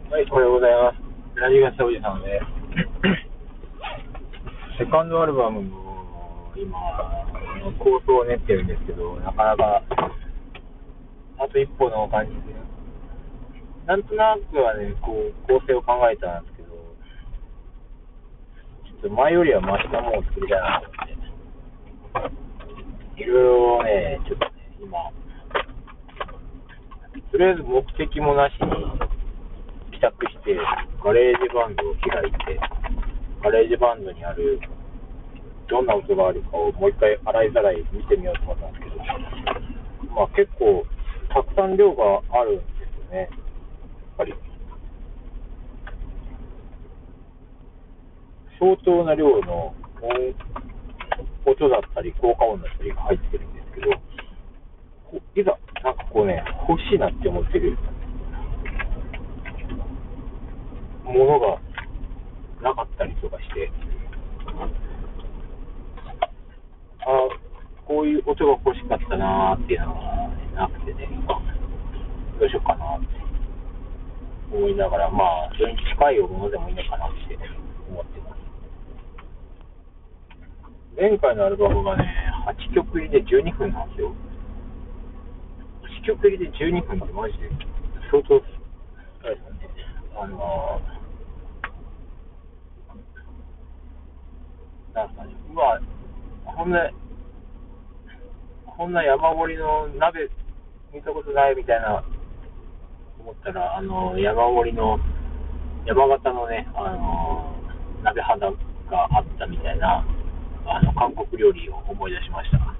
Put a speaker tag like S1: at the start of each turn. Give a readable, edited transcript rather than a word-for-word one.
S1: はい、おはようございます。ラジガセおじさんです。セカンドアルバムの今、構想を練ってるんですけど、なかなかあと一歩の感じで、なんとなくはね、こう構成を考えたんですけど、ちょっと前よりはマシなものを作りたいなと思って、いろいろね、ちょっとね、今、とりあえず目的もなしに帰宅して、ガレージバンドを開いて、ガレージバンドにあるどんな音があるかをもう一回洗いざらい見てみようと思ったんですけど、まあ結構たくさん量があるんですよね。やっぱり相当な量の音だったり効果音だったりが入ってるんですけど、いざなんかこうね、欲しいなって思ってるものがなかったりとかして、こういう音が欲しかったなーっていうのがなくてね、どうしようかなって思いながら、まあそれに近いものでもいいのかなって思ってます。前回のアルバムがね、8曲入りで12分なんですよ。8曲入りで12分ってマジで相当、あれですよね。なんすかね、こんな、こんな山盛りの鍋見たことないみたいな思ったら、山盛りの、山形のね、鍋肌があったみたいな、韓国料理を思い出しました。